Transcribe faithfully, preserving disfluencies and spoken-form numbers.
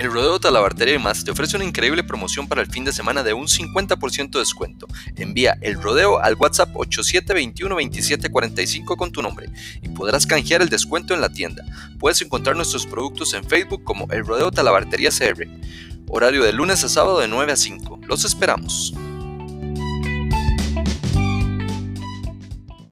El Rodeo Talabartería y más te ofrece una increíble promoción para el fin de semana de un cincuenta por ciento de descuento. Envía el rodeo al WhatsApp ocho siete dos uno dos siete cuatro cinco con tu nombre y podrás canjear el descuento en la tienda. Puedes encontrar nuestros productos en Facebook como El Rodeo Talabartería C R. Horario de lunes a sábado de nueve a cinco. Los esperamos.